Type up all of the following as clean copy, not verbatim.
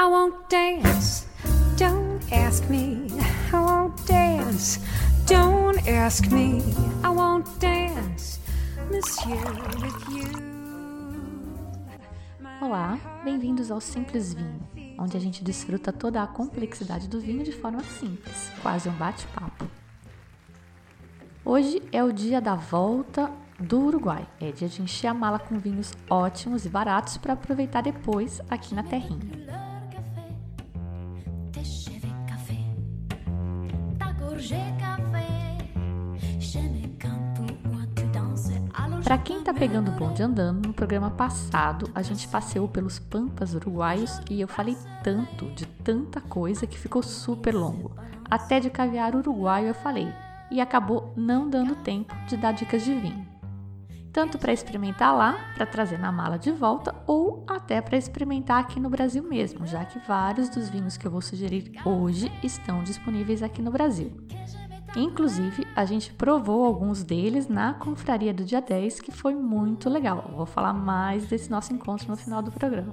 I won't dance, don't ask me. I won't dance, don't ask me. I won't dance, monsieur, with you. Olá, bem-vindos ao Simples Vinho, onde a gente desfruta toda a complexidade do vinho de forma simples, quase um bate-papo. Hoje é o dia da volta do Uruguai, é dia de encher a mala com vinhos ótimos e baratos para aproveitar depois aqui na terrinha. Para quem tá pegando o bonde andando, no programa passado a gente passeou pelos pampas uruguaios e eu falei tanto de tanta coisa que ficou super longo. Até de caviar uruguaio eu falei e acabou não dando tempo de dar dicas de vinho. Tanto para experimentar lá, para trazer na mala de volta ou até para experimentar aqui no Brasil mesmo, já que vários dos vinhos que eu vou sugerir hoje estão disponíveis aqui no Brasil. Inclusive, a gente provou alguns deles na confraria do dia 10, que foi muito legal. Eu vou falar mais desse nosso encontro no final do programa.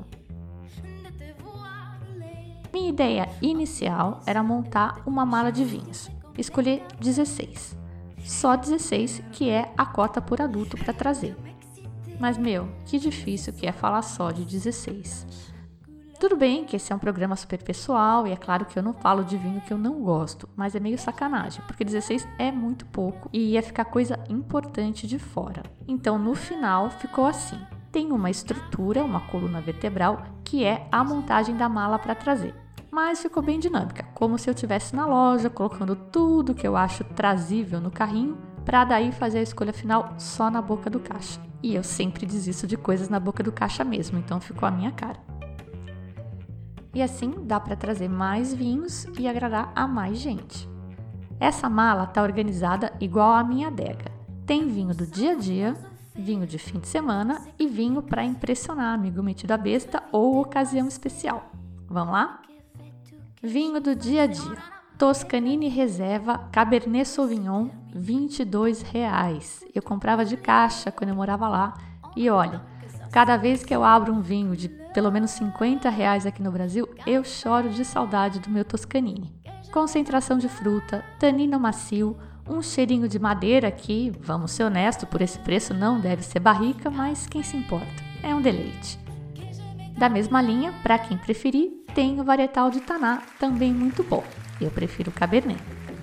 Minha ideia inicial era montar uma mala de vinhos. Escolher 16. Só 16, que é a cota por adulto para trazer. Mas, que difícil que é falar só de 16. Tudo bem que esse é um programa super pessoal e é claro que eu não falo de vinho que eu não gosto, mas é meio sacanagem, porque 16 é muito pouco e ia ficar coisa importante de fora. Então, no final, ficou assim. Tem uma estrutura, uma coluna vertebral, que é a montagem da mala para trazer. Mas ficou bem dinâmica, como se eu estivesse na loja, colocando tudo que eu acho trazível no carrinho, para daí fazer a escolha final só na boca do caixa. E eu sempre desisto de coisas na boca do caixa mesmo, então ficou a minha cara. E assim dá para trazer mais vinhos e agradar a mais gente. Essa mala está organizada igual a minha adega. Tem vinho do dia a dia, vinho de fim de semana e vinho para impressionar amigo metido a besta ou ocasião especial. Vamos lá? Vinho do dia a dia. Toscanini Reserva Cabernet Sauvignon, R$22. Eu comprava de caixa quando eu morava lá e olha, cada vez que eu abro um vinho de pelo menos R$50 aqui no Brasil, eu choro de saudade do meu Toscanini. Concentração de fruta, tanino macio, um cheirinho de madeira que, vamos ser honestos, por esse preço não deve ser barrica, mas quem se importa? É um deleite. Da mesma linha, para quem preferir, tem o varietal de Taná, também muito bom. Eu prefiro o Cabernet.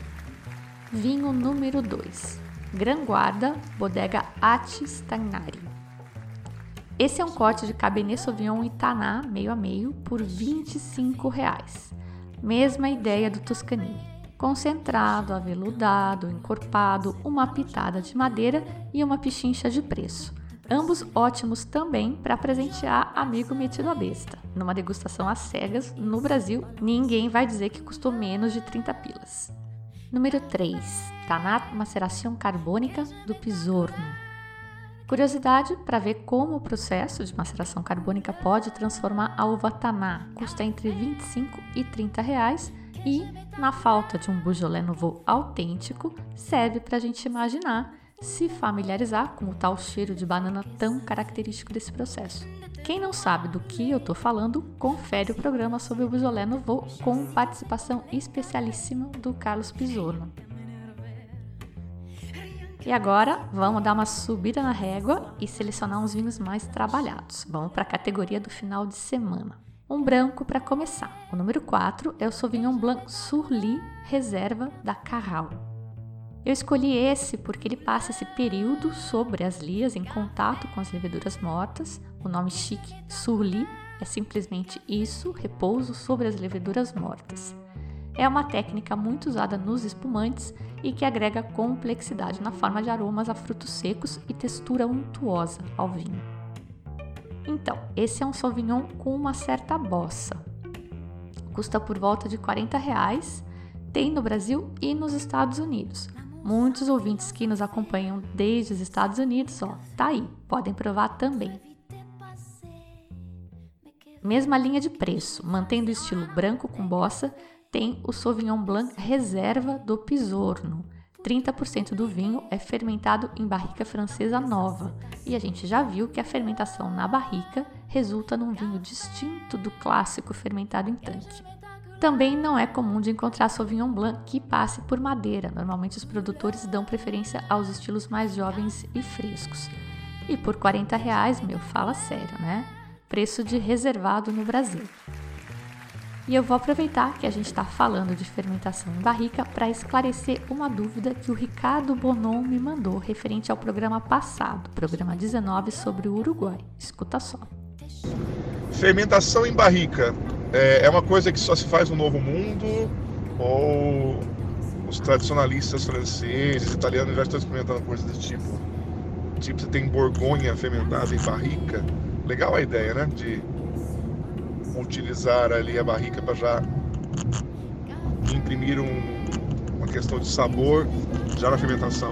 Vinho número 2. Gran Guarda Bodega Atis Tagnari. Esse é um corte de Cabernet Sauvignon e Taná, meio a meio, por R$25. Mesma ideia do Toscanini. Concentrado, aveludado, encorpado, uma pitada de madeira e uma pichincha de preço. Ambos ótimos também para presentear amigo metido a besta. Numa degustação às cegas, no Brasil, ninguém vai dizer que custou menos de 30 pilas. Número 3. Taná Maceração Carbônica do Pisorno. Curiosidade para ver como o processo de maceração carbônica pode transformar a uva Taná. Custa entre R$25 e R$30 e, na falta de um Beaujolais Nouveau autêntico, serve para a gente imaginar, se familiarizar com o tal cheiro de banana tão característico desse processo. Quem não sabe do que eu estou falando, confere o programa sobre o Beaujolais Nouveau com participação especialíssima do Carlos Pisorno. E agora, vamos dar uma subida na régua e selecionar uns vinhos mais trabalhados. Vamos para a categoria do final de semana. Um branco para começar. O número 4 é o Sauvignon Blanc Surly Reserva da Carral. Eu escolhi esse porque ele passa esse período sobre as lias em contato com as leveduras mortas. O nome chique, Surly, é simplesmente isso, repouso sobre as leveduras mortas. É uma técnica muito usada nos espumantes e que agrega complexidade na forma de aromas a frutos secos e textura untuosa ao vinho. Então, esse é um Sauvignon com uma certa bossa. Custa por volta de R$40, tem no Brasil e nos Estados Unidos. Muitos ouvintes que nos acompanham desde os Estados Unidos, tá aí, podem provar também. Mesma linha de preço, mantendo o estilo branco com bossa, tem o Sauvignon Blanc Reserva do Pisorno, 30% do vinho é fermentado em barrica francesa nova, e a gente já viu que a fermentação na barrica resulta num vinho distinto do clássico fermentado em tanque. Também não é comum de encontrar Sauvignon Blanc que passe por madeira. Normalmente os produtores dão preferência aos estilos mais jovens e frescos. E por R$40, fala sério, né? Preço de reservado no Brasil. E eu vou aproveitar que a gente está falando de fermentação em barrica para esclarecer uma dúvida que o Ricardo Bonon me mandou referente ao programa passado, programa 19 sobre o Uruguai. Escuta só. Fermentação em barrica é uma coisa que só se faz no Novo Mundo ou os tradicionalistas franceses, italianos já estão experimentando coisas desse tipo? Tipo, você tem Borgonha fermentada em barrica. Legal a ideia, né? De utilizar ali a barrica para já imprimir uma questão de sabor já na fermentação.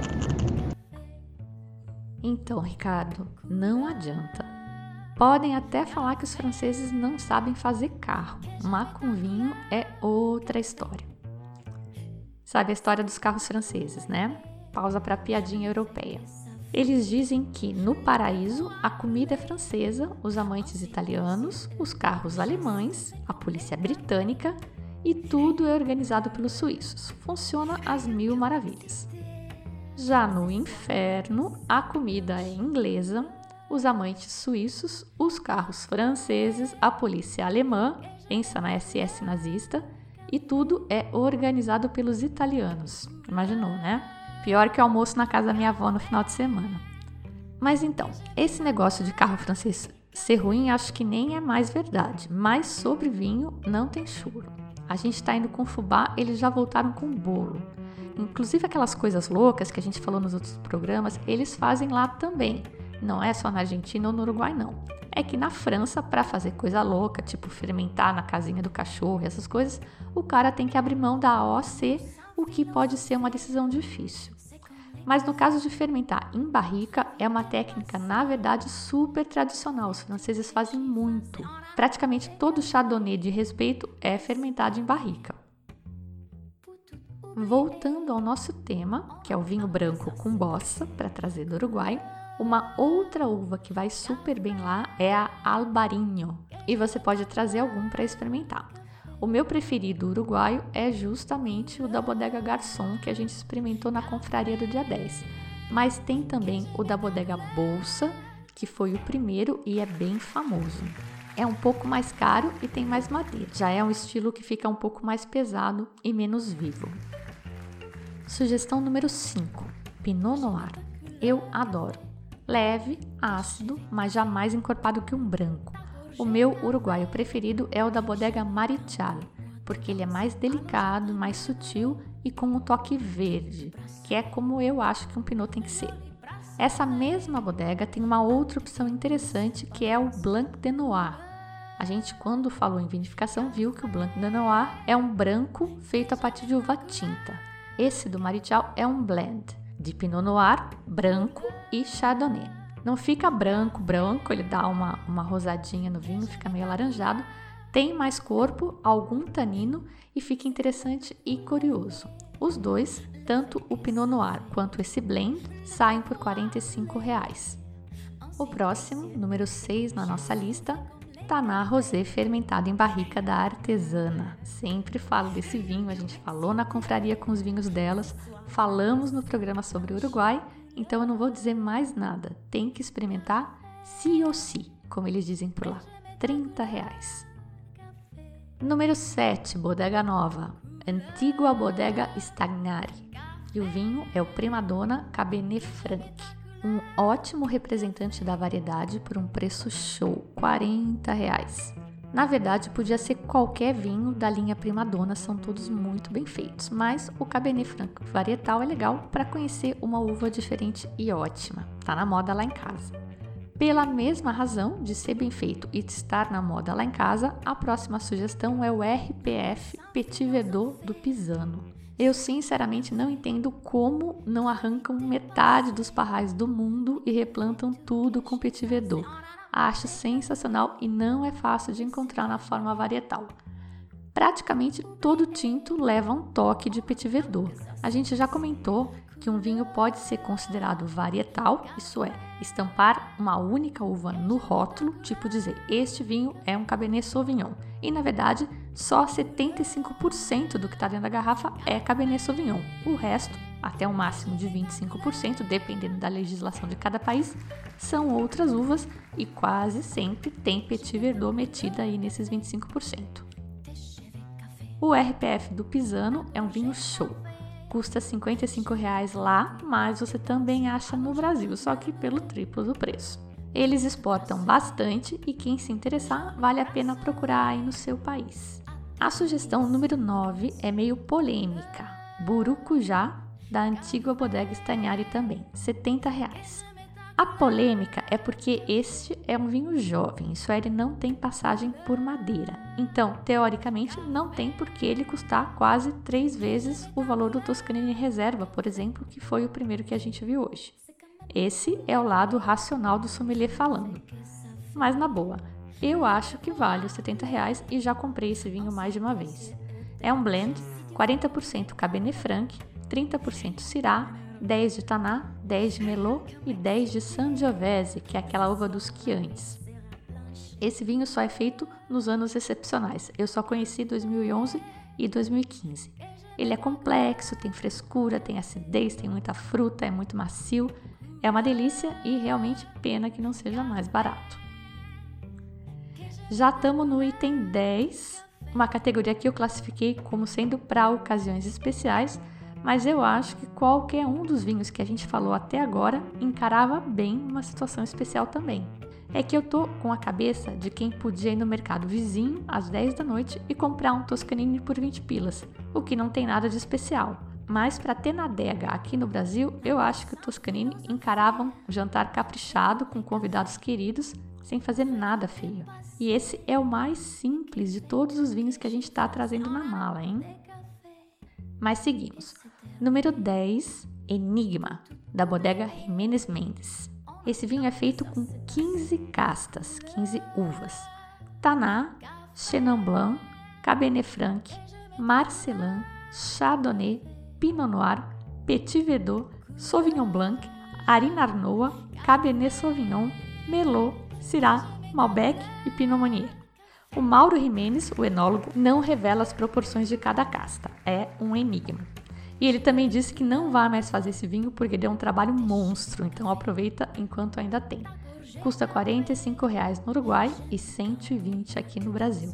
Então, Ricardo, não adianta. Podem até falar que os franceses não sabem fazer carro, mas com vinho é outra história. Sabe a história dos carros franceses, né? Pausa para a piadinha europeia. Eles dizem que no paraíso a comida é francesa, os amantes italianos, os carros alemães, a polícia britânica e tudo é organizado pelos suíços. Funciona às mil maravilhas. Já no inferno, a comida é inglesa, os amantes suíços, os carros franceses, a polícia alemã, pensa na SS nazista, e tudo é organizado pelos italianos. Imaginou, né? Pior que o almoço na casa da minha avó no final de semana. Mas então, esse negócio de carro francês ser ruim acho que nem é mais verdade. Mas sobre vinho não tem choro. A gente tá indo com fubá, eles já voltaram com bolo. Inclusive aquelas coisas loucas que a gente falou nos outros programas, eles fazem lá também. Não é só na Argentina ou no Uruguai, não. É que na França, para fazer coisa louca, tipo fermentar na casinha do cachorro e essas coisas, o cara tem que abrir mão da AOC, o que pode ser uma decisão difícil. Mas no caso de fermentar em barrica, é uma técnica, na verdade, super tradicional. Os franceses fazem muito. Praticamente todo chardonnay de respeito é fermentado em barrica. Voltando ao nosso tema, que é o vinho branco com bossa, para trazer do Uruguai, uma outra uva que vai super bem lá é a Albarino. E você pode trazer algum para experimentar. O meu preferido uruguaio é justamente o da Bodega Garçon, que a gente experimentou na confraria do dia 10. Mas tem também o da Bodega Bolsa, que foi o primeiro e é bem famoso. É um pouco mais caro e tem mais madeira. Já é um estilo que fica um pouco mais pesado e menos vivo. Sugestão número 5. Pinot Noir. Eu adoro. Leve, ácido, mas jamais encorpado que um branco. O meu uruguaio preferido é o da Bodega Marichal, porque ele é mais delicado, mais sutil e com um toque verde, que é como eu acho que um Pinot tem que ser. Essa mesma bodega tem uma outra opção interessante, que é o Blanc de Noir. A gente, quando falou em vinificação, viu que o Blanc de Noir é um branco feito a partir de uva tinta. Esse do Marichal é um blend de Pinot Noir, branco e Chardonnay. Não fica branco, ele dá uma rosadinha no vinho, fica meio alaranjado. Tem mais corpo, algum tanino e fica interessante e curioso. Os dois, tanto o Pinot Noir quanto esse blend, saem por R$45. O próximo, número 6 na nossa lista, Taná Rosé fermentado em barrica da Artesana. Sempre falo desse vinho, a gente falou na confraria com os vinhos delas, falamos no programa sobre o Uruguai, então eu não vou dizer mais nada. Tem que experimentar sí ou sí, como eles dizem por lá. R$30. Número 7, Bodega Nova. Antigua Bodega Stagnari. E o vinho é o Primadonna Cabernet Franc. Um ótimo representante da variedade por um preço show, R$40. Na verdade, podia ser qualquer vinho da linha Primadonna, são todos muito bem feitos, mas o Cabernet Franc varietal é legal para conhecer uma uva diferente e ótima. Tá na moda lá em casa. Pela mesma razão de ser bem feito e de estar na moda lá em casa, a próxima sugestão é o RPF Petit Verdot do Pisano. Eu sinceramente não entendo como não arrancam metade dos parrais do mundo e replantam tudo com Petit Verdot. Acho sensacional e não é fácil de encontrar na forma varietal. Praticamente todo tinto leva um toque de Petit Verdot. A gente já comentou que um vinho pode ser considerado varietal, isso é, estampar uma única uva no rótulo, tipo dizer, este vinho é um Cabernet Sauvignon. E na verdade, só 75% do que está dentro da garrafa é Cabernet Sauvignon. O resto, até um máximo de 25%, dependendo da legislação de cada país, são outras uvas e quase sempre tem Petit Verdot metida aí nesses 25%. O RPF do Pisano é um vinho show. Custa R$ 55,00 lá, mas você também acha no Brasil, só que pelo triplo do preço. Eles exportam bastante e quem se interessar, vale a pena procurar aí no seu país. A sugestão número 9 é meio polêmica. Burucujá, da antiga Bodega Stagnari também, R$ 70,00. A polêmica é porque este é um vinho jovem, isso é, ele não tem passagem por madeira. Então, teoricamente, não tem por que ele custar quase 3 vezes o valor do Toscanini Reserva, por exemplo, que foi o primeiro que a gente viu hoje. Esse é o lado racional do sommelier falando. Mas na boa, eu acho que vale os R$ 70,00 e já comprei esse vinho mais de uma vez. É um blend, 40% Cabernet Franc, 30% Syrah, 10 de Tannat, 10 de Merlot e 10 de Sangiovese, que é aquela uva dos Chiantis. Esse vinho só é feito nos anos excepcionais. Eu só conheci 2011 e 2015. Ele é complexo, tem frescura, tem acidez, tem muita fruta, é muito macio. É uma delícia e realmente pena que não seja mais barato. Já estamos no item 10, uma categoria que eu classifiquei como sendo para ocasiões especiais, mas eu acho que qualquer um dos vinhos que a gente falou até agora encarava bem uma situação especial também. É que eu tô com a cabeça de quem podia ir no mercado vizinho às 10 da noite e comprar um Toscanini por 20 pilas, o que não tem nada de especial. Mas para ter na adega aqui no Brasil, eu acho que o Toscanini encarava um jantar caprichado com convidados queridos, sem fazer nada feio. E esse é o mais simples de todos os vinhos que a gente está trazendo na mala, hein? Mas seguimos. Número 10, Enigma, da Bodega Jiménez Mendes. Esse vinho é feito com 15 castas, 15 uvas. Tannat, Chenin Blanc, Cabernet Franc, Marcelin, Chardonnay, Pinot Noir, Petit Verdot, Sauvignon Blanc, Arina Arnoa, Cabernet Sauvignon, Merlot, Syrah, Malbec e Pinot Meunier. O Mauro Jiménez, o enólogo, não revela as proporções de cada casta. É um enigma. E ele também disse que não vai mais fazer esse vinho porque deu um trabalho monstro, então aproveita enquanto ainda tem. Custa R$ 45,00 no Uruguai e R$ 120 aqui no Brasil.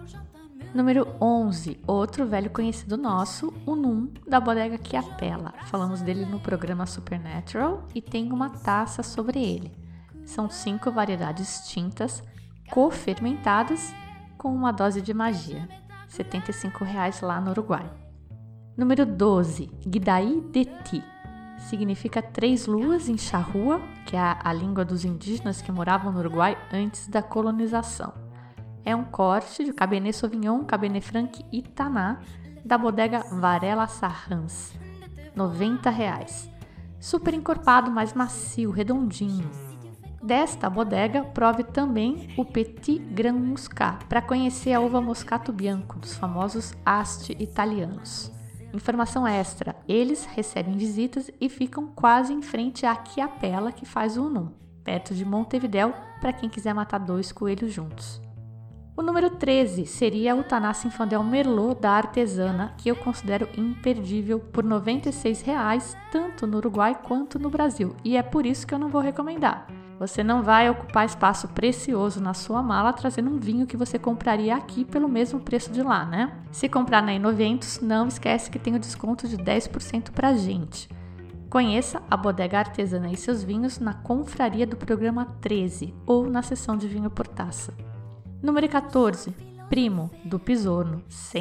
Número 11, outro velho conhecido nosso, o Num, da Bodega Chiapella. Falamos dele no programa Supernatural e tem uma taça sobre ele. São 5 variedades tintas, co-fermentadas com uma dose de magia. R$ 75,00 lá no Uruguai. Número 12, Gdaí de Ti. Significa 3 luas em charrua, que é a língua dos indígenas que moravam no Uruguai antes da colonização. É um corte de Cabernet Sauvignon, Cabernet Franc e Tannat da bodega Varela Sarrans. R$ 90,00. Super encorpado, mais macio, redondinho. Desta bodega, prove também o Petit Gran Muscat, para conhecer a uva Moscato Bianco, dos famosos Asti italianos. Informação extra, eles recebem visitas e ficam quase em frente à Chiapella, que faz o Unum, perto de Montevidéu, para quem quiser matar 2 coelhos juntos. O número 13 seria o Tannat Zinfandel Merlot da Artesana, que eu considero imperdível por R$ 96,00, tanto no Uruguai quanto no Brasil, e é por isso que eu não vou recomendar. Você não vai ocupar espaço precioso na sua mala trazendo um vinho que você compraria aqui pelo mesmo preço de lá, né? Se comprar na Inoventos, não esquece que tem o desconto de 10% pra gente. Conheça a Bodega Artesana e seus vinhos na confraria do programa 13 ou na seção de vinho por taça. Número 14, Primo, do Pisorno, R$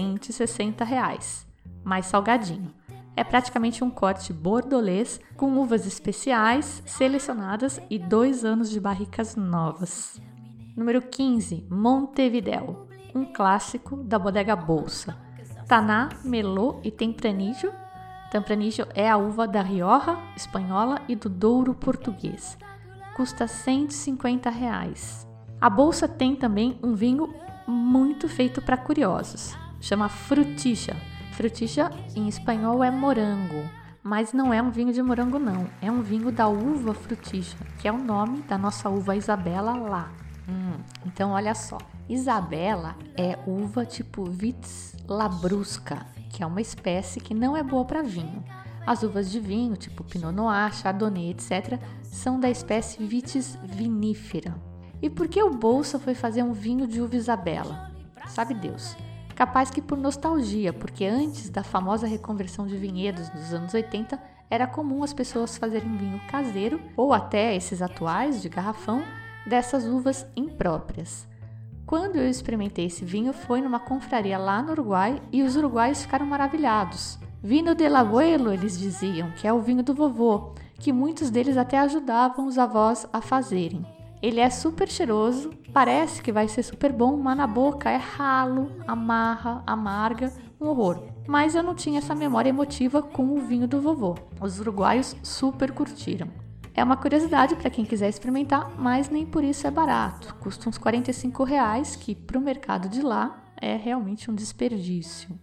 160,00, mais salgadinho. É praticamente um corte bordolês com uvas especiais, selecionadas e 2 anos de barricas novas. Número 15, Montevidéu, um clássico da Bodega Bolsa. Tannat, Merlot e Tempranillo. Tempranillo é a uva da Rioja espanhola e do Douro português. Custa R$ 150,00. A Bolsa tem também um vinho muito feito para curiosos. chama Frutisha. Frutisha em espanhol é morango, mas não é um vinho de morango não, é um vinho da uva Frutisha, que é o nome da nossa uva Isabela lá. Então olha só, Isabela é uva tipo Vitis labrusca, que é uma espécie que não é boa para vinho. As uvas de vinho, tipo Pinot Noir, Chardonnay, etc., são da espécie Vitis vinifera. E por que o Bolsa foi fazer um vinho de uva Isabela? Sabe Deus. Capaz que por nostalgia, porque antes da famosa reconversão de vinhedos dos anos 80, era comum as pessoas fazerem vinho caseiro, ou até esses atuais, de garrafão, dessas uvas impróprias. Quando eu experimentei esse vinho, foi numa confraria lá no Uruguai e os uruguaios ficaram maravilhados. Vino del abuelo, eles diziam, que é o vinho do vovô, que muitos deles até ajudavam os avós a fazerem. Ele é super cheiroso, parece que vai ser super bom, mas na boca é ralo, amarra, amarga, um horror. Mas eu não tinha essa memória emotiva com o vinho do vovô. Os uruguaios super curtiram. É uma curiosidade para quem quiser experimentar, mas nem por isso é barato. Custa uns R$45, que para o mercado de lá é realmente um desperdício.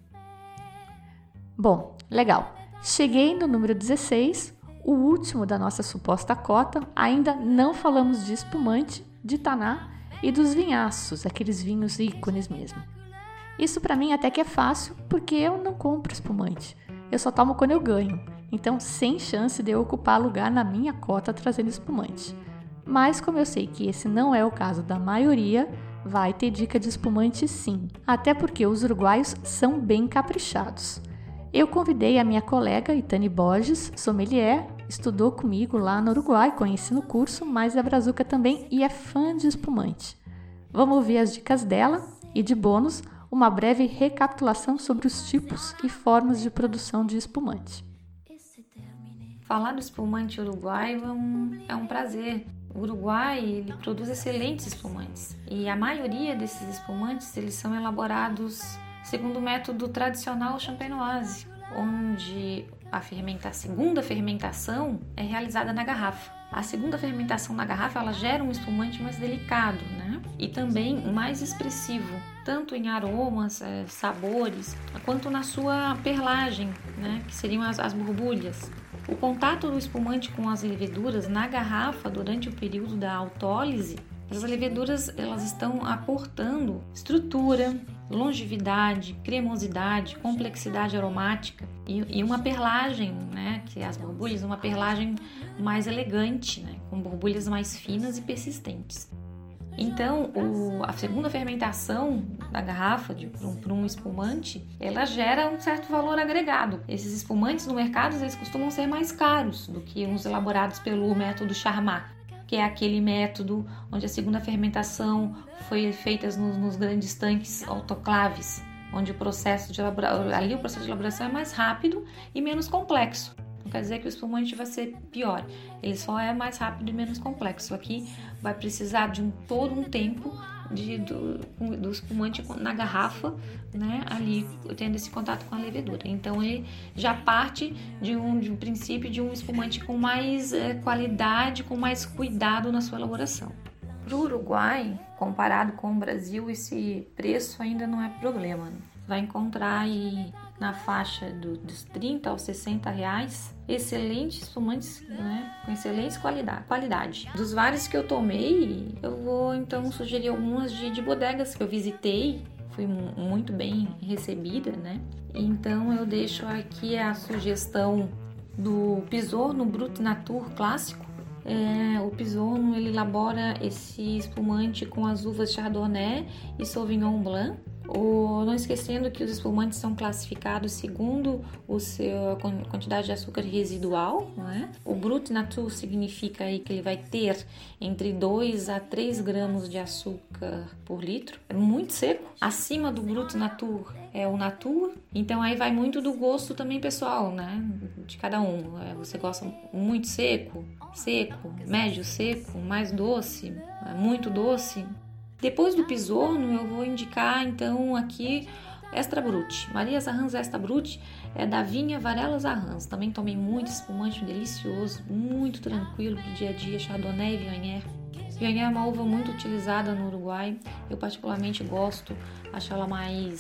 Bom, legal. Cheguei no número 16, o último da nossa suposta cota. Ainda não falamos de espumante, de taná e dos vinhaços, aqueles vinhos ícones mesmo. Isso para mim até que é fácil, porque eu não compro espumante. Eu só tomo quando eu ganho. Então, sem chance de eu ocupar lugar na minha cota trazendo espumante. Mas como eu sei que esse não é o caso da maioria, vai ter dica de espumante sim. Até porque os uruguaios são bem caprichados. Eu convidei a minha colega Itane Borges, sommelier, estudou comigo lá no Uruguai, conheci no curso, mas é brazuca também e é fã de espumante. Vamos ouvir as dicas dela e, de bônus, uma breve recapitulação sobre os tipos e formas de produção de espumante. Falar do espumante uruguaio é um prazer. O Uruguai ele produz excelentes espumantes e a maioria desses espumantes eles são elaborados segundo o método tradicional champenoise, onde a segunda fermentação é realizada na garrafa. A segunda fermentação na garrafa ela gera um espumante mais delicado, né? E também mais expressivo, tanto em aromas, sabores, quanto na sua perlagem, né? Que seriam as borbulhas. O contato do espumante com as leveduras na garrafa durante o período da autólise, as leveduras elas estão aportando estrutura, longevidade, cremosidade, complexidade aromática e uma perlagem, né, que as borbulhas, uma perlagem mais elegante, né, com borbulhas mais finas e persistentes. Então, a segunda fermentação da garrafa para um espumante, ela gera um certo valor agregado. Esses espumantes no mercado eles costumam ser mais caros do que os elaborados pelo método Charmat, que é aquele método onde a segunda fermentação foi feita nos grandes tanques autoclaves, onde o processo de elaboração é mais rápido e menos complexo. Não quer dizer que o espumante vai ser pior, ele só é mais rápido e menos complexo. Aqui vai precisar de todo um tempo do espumante na garrafa, né, ali tendo esse contato com a levedura. Então ele já parte de um princípio de um espumante com mais qualidade, com mais cuidado na sua elaboração. Para o Uruguai, comparado com o Brasil, esse preço ainda não é problema, né? Vai encontrar aí na faixa dos 30 aos 60 reais excelentes espumantes, né, com excelente qualidade. Dos vários que eu tomei, eu vou então sugerir algumas de bodegas que eu visitei, fui muito bem recebida, né? Então eu deixo aqui a sugestão do Pisorno Brut Nature clássico. O Pisorno ele elabora esse espumante com as uvas Chardonnay e Sauvignon Blanc. Não esquecendo que os espumantes são classificados segundo a quantidade de açúcar residual, né? O Brut Nature significa aí que ele vai ter entre 2 a 3 gramas de açúcar por litro. É muito seco. Acima do Brut Nature é o Nature. Então aí vai muito do gosto também pessoal, né? De cada um. Você gosta muito seco, médio seco, mais doce, muito doce. Depois do Pisorno, eu vou indicar então aqui Extra Brut. Marias Arranz Extra Brut é da vinha Varelas Arranz. Também tomei muito espumante delicioso, muito tranquilo pro dia a dia, Chardonnay e Viognier. Viognier é uma uva muito utilizada no Uruguai. Eu particularmente gosto, acho ela mais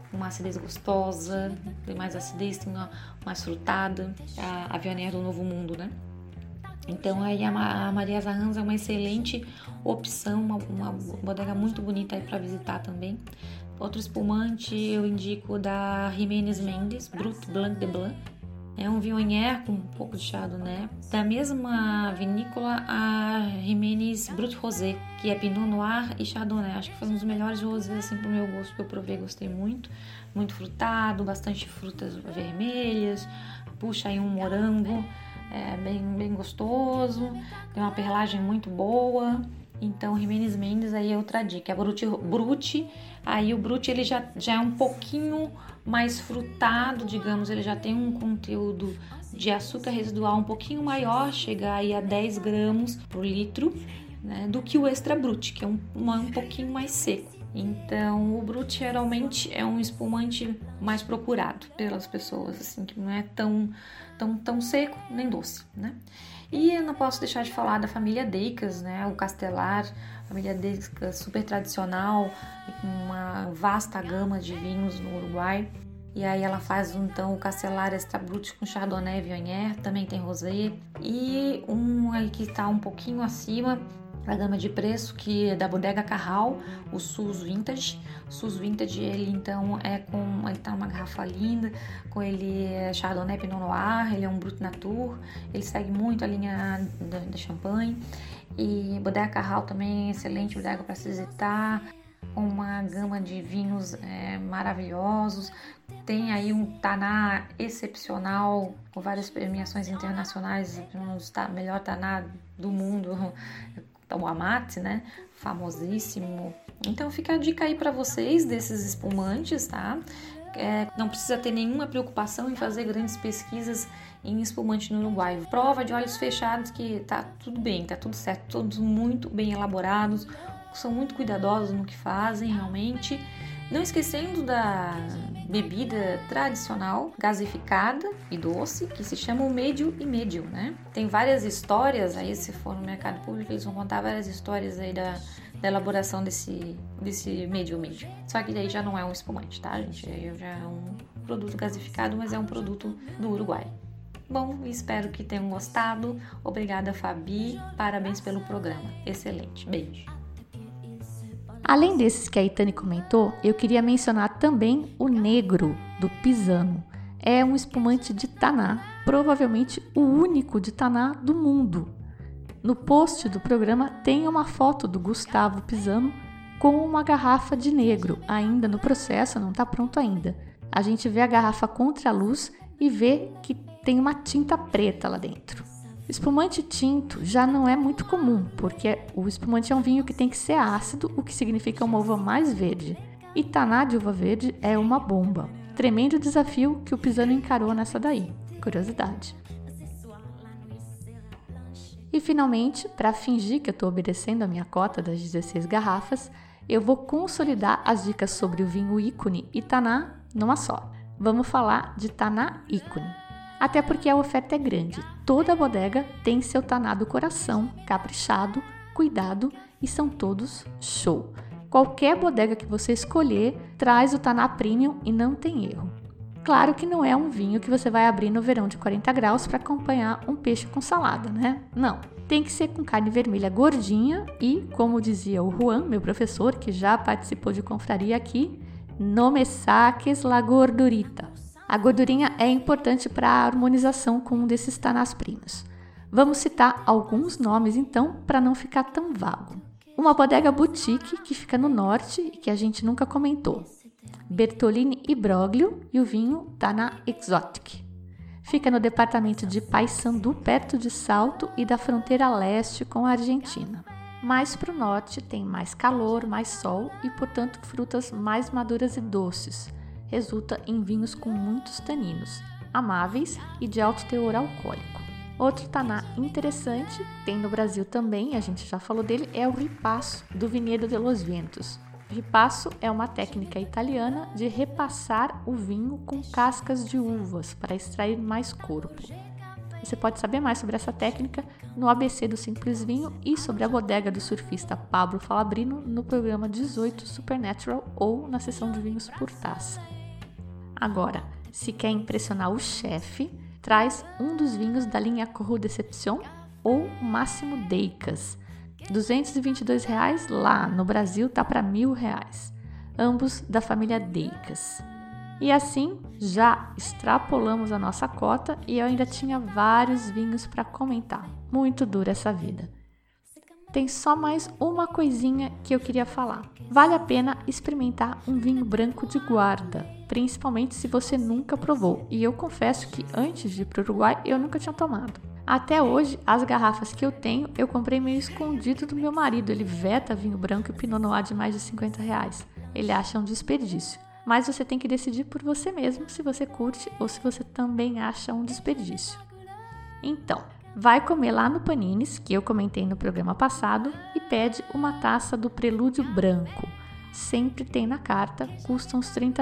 uma acidez gostosa, tem mais acidez, tem uma mais frutada, a Viognier do Novo Mundo, né? Então aí a Maria Zarranz é uma excelente opção, uma bodega muito bonita aí para visitar também. Outro espumante eu indico da Jiménez Mendes, Brut Blanc de Blanc. É um Viognier com um pouco de Chardonnay. Da mesma vinícola, a Jiménez Brut Rosé, que é Pinot Noir e Chardonnay. Acho que foi um dos melhores rosés assim, pro meu gosto, que eu provei, gostei muito. Muito frutado, bastante frutas vermelhas, puxa aí um morango. É bem gostoso, tem uma perlagem muito boa. Então, Jiménez Mendes aí é outra dica. A Brut, aí o Brut ele já é um pouquinho mais frutado, digamos, ele já tem um conteúdo de açúcar residual um pouquinho maior, chega aí a 10 gramas por litro, né, do que o Extra Brut, que é um pouquinho mais seco. Então, o Brut geralmente é um espumante mais procurado pelas pessoas, assim, que não é tão seco nem doce, né? E eu não posso deixar de falar da família Deicas, né? O Castelar, família Deicas super tradicional, com uma vasta gama de vinhos no Uruguai. E aí ela faz então o Castelar Extra Brut com Chardonnay e Viognier, também tem Rosé. E um aí que está um pouquinho acima a gama de preço, que é da Bodega Carral, o Sus Vintage. O Sus Vintage, ele então ele tá numa garrafa linda, com ele Chardonnay Pinot Noir, ele é um Brut Natur, ele segue muito a linha da Champagne. E Bodega Carral também é excelente bodega para se visitar, com uma gama de vinhos maravilhosos. Tem aí um Taná excepcional, com várias premiações internacionais, o melhor Taná do mundo, o Amate, né? Famosíssimo. Então fica a dica aí para vocês desses espumantes, tá? Não precisa ter nenhuma preocupação em fazer grandes pesquisas em espumante no Uruguai. Prova de olhos fechados que tá tudo bem, tá tudo certo, todos muito bem elaborados, são muito cuidadosos no que fazem realmente. Não esquecendo da bebida tradicional, gasificada e doce, que se chama o Médio e Médio, né? Tem várias histórias, aí se for no mercado público, eles vão contar várias histórias aí da elaboração desse Médio e Médio. Só que daí já não é um espumante, tá, gente? Já é um produto gasificado, mas é um produto do Uruguai. Bom, espero que tenham gostado. Obrigada, Fabi. Parabéns pelo programa. Excelente. Beijo. Além desses que a Itane comentou, eu queria mencionar também o Negro, do Pisano. É um espumante de Taná, provavelmente o único de Taná do mundo. No post do programa tem uma foto do Gustavo Pisano com uma garrafa de Negro, ainda no processo, não está pronto ainda. A gente vê a garrafa contra a luz e vê que tem uma tinta preta lá dentro. Espumante tinto já não é muito comum, porque o espumante é um vinho que tem que ser ácido, o que significa uma uva mais verde. E Taná de uva verde é uma bomba. Tremendo desafio que o Pisano encarou nessa daí. Curiosidade. E finalmente, para fingir que eu estou obedecendo a minha cota das 16 garrafas, eu vou consolidar as dicas sobre o vinho ícone e Taná numa só. Vamos falar de Taná ícone. Até porque a oferta é grande. Toda bodega tem seu Taná do coração, caprichado, cuidado e são todos show. Qualquer bodega que você escolher traz o Taná Premium e não tem erro. Claro que não é um vinho que você vai abrir no verão de 40 graus para acompanhar um peixe com salada, né? Não. Tem que ser com carne vermelha gordinha e, como dizia o Juan, meu professor, que já participou de confraria aqui, no me saques la gordurita. A gordurinha é importante para a harmonização com um desses tanás primos. Vamos citar alguns nomes então, para não ficar tão vago. Uma bodega boutique que fica no norte e que a gente nunca comentou. Bertolini e Broglio e o vinho Taná Exotic. Fica no departamento de Paysandú, perto de Salto e da fronteira leste com a Argentina. Mais para o norte tem mais calor, mais sol e, portanto, frutas mais maduras e doces. Resulta em vinhos com muitos taninos, amáveis e de alto teor alcoólico. Outro taná interessante, tem no Brasil também, a gente já falou dele, é o ripasso, do Vinhedo de los Vientos. Ripasso é uma técnica italiana de repassar o vinho com cascas de uvas para extrair mais corpo. Você pode saber mais sobre essa técnica no ABC do Simples Vinho e sobre a bodega do surfista Pablo Falabrino no programa 18 Supernatural ou na seção de vinhos por taça. Agora, se quer impressionar o chefe, traz um dos vinhos da linha Cru Deception ou o Máximo Deicas. R$ 222 lá, no Brasil tá para R$ 1.000, ambos da família Deicas. E assim, já extrapolamos a nossa cota e eu ainda tinha vários vinhos para comentar. Muito dura essa vida. Tem só mais uma coisinha que eu queria falar. Vale a pena experimentar um vinho branco de guarda, principalmente se você nunca provou. E eu confesso que antes de ir para o Uruguai, eu nunca tinha tomado. Até hoje, as garrafas que eu tenho, eu comprei meio escondido do meu marido. Ele veta vinho branco e Pinot Noir de mais de R$ 50. Ele acha um desperdício. Mas você tem que decidir por você mesmo se você curte ou se você também acha um desperdício. Então, vai comer lá no Panines, que eu comentei no programa passado, e pede uma taça do Prelúdio Branco. Sempre tem na carta, custa uns R$ 30.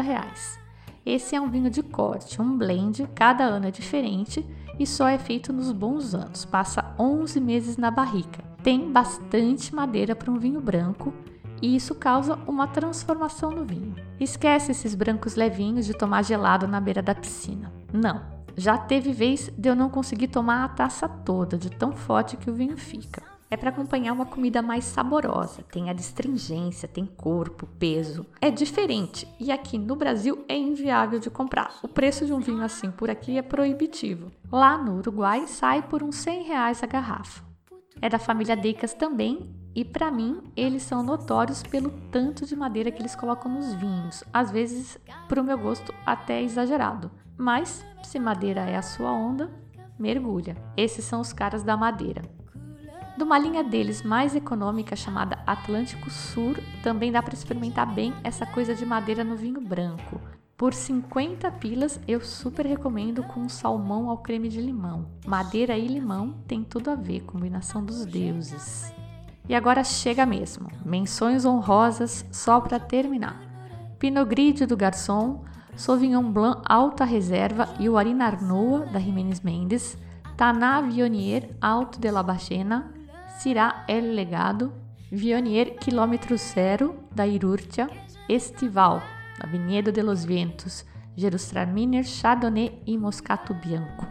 Esse é um vinho de corte, um blend, cada ano é diferente e só é feito nos bons anos, passa 11 meses na barrica. Tem bastante madeira para um vinho branco e isso causa uma transformação no vinho. Esquece esses brancos levinhos de tomar gelado na beira da piscina. Não, já teve vez de eu não conseguir tomar a taça toda, de tão forte que o vinho fica. É para acompanhar uma comida mais saborosa, tem adstringência, tem corpo, peso. É diferente e aqui no Brasil é inviável de comprar. O preço de um vinho assim por aqui é proibitivo. Lá no Uruguai sai por uns R$ 100 a garrafa. É da família Deicas também e para mim eles são notórios pelo tanto de madeira que eles colocam nos vinhos. Às vezes, para o meu gosto, até exagerado. Mas se madeira é a sua onda, mergulha. Esses são os caras da madeira. De uma linha deles mais econômica chamada Atlântico Sur, também dá para experimentar bem essa coisa de madeira no vinho branco. Por 50 pilas, eu super recomendo com um salmão ao creme de limão. Madeira e limão tem tudo a ver, combinação dos deuses. E agora chega mesmo, menções honrosas só para terminar. Pinot Grigio do Garçon, Sauvignon Blanc Alta Reserva e o Arina Arnoa da Jiménez Mendes, Taná Viognier Alto de la Bachena, Syrah El Legado, Viognier Quilômetro Zero da Irurtia, Estival da Vinhedo de los Vientos, Gerustraminer Chardonnay e Moscato Bianco.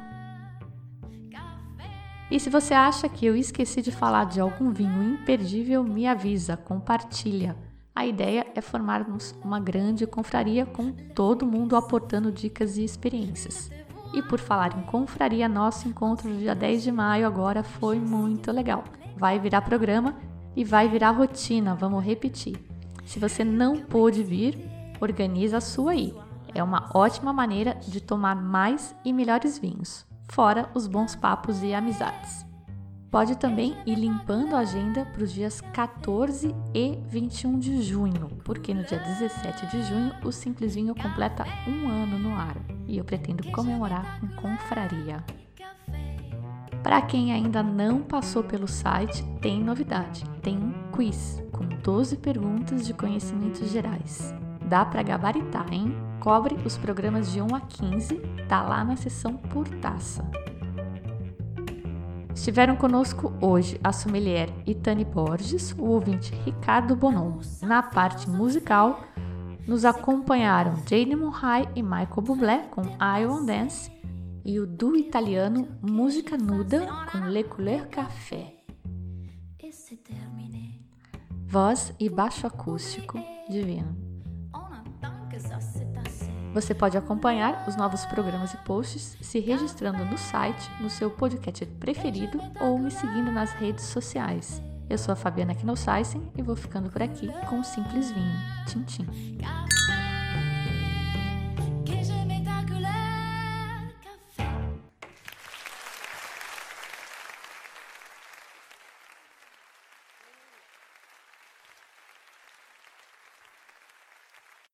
E se você acha que eu esqueci de falar de algum vinho imperdível, me avisa, compartilha. A ideia é formarmos uma grande confraria com todo mundo aportando dicas e experiências. E por falar em confraria, nosso encontro no dia 10 de maio agora foi muito legal. Vai virar programa e vai virar rotina, vamos repetir. Se você não pôde vir, organiza a sua aí. É uma ótima maneira de tomar mais e melhores vinhos, fora os bons papos e amizades. Pode também ir limpando a agenda para os dias 14 e 21 de junho, porque no dia 17 de junho o Simples Vinho completa 1 ano no ar e eu pretendo comemorar com confraria. Para quem ainda não passou pelo site, tem novidade. Tem um quiz com 12 perguntas de conhecimentos gerais. Dá para gabaritar, hein? Cobre os programas de 1 a 15, tá lá na seção por taça. Estiveram conosco hoje a sommelier Itane Borges, o ouvinte Ricardo Bonon. Na parte musical, nos acompanharam Jane Monrai e Michael Bublé com I Won't Dance e o duo italiano Música Nuda com Le Couleur Café. Voz e baixo acústico divino. Você pode acompanhar os novos programas e posts se registrando no site, no seu podcast preferido ou me seguindo nas redes sociais. Eu sou a Fabiana Knossaisen e vou ficando por aqui com um Simples Vinho. Tchim, tchim.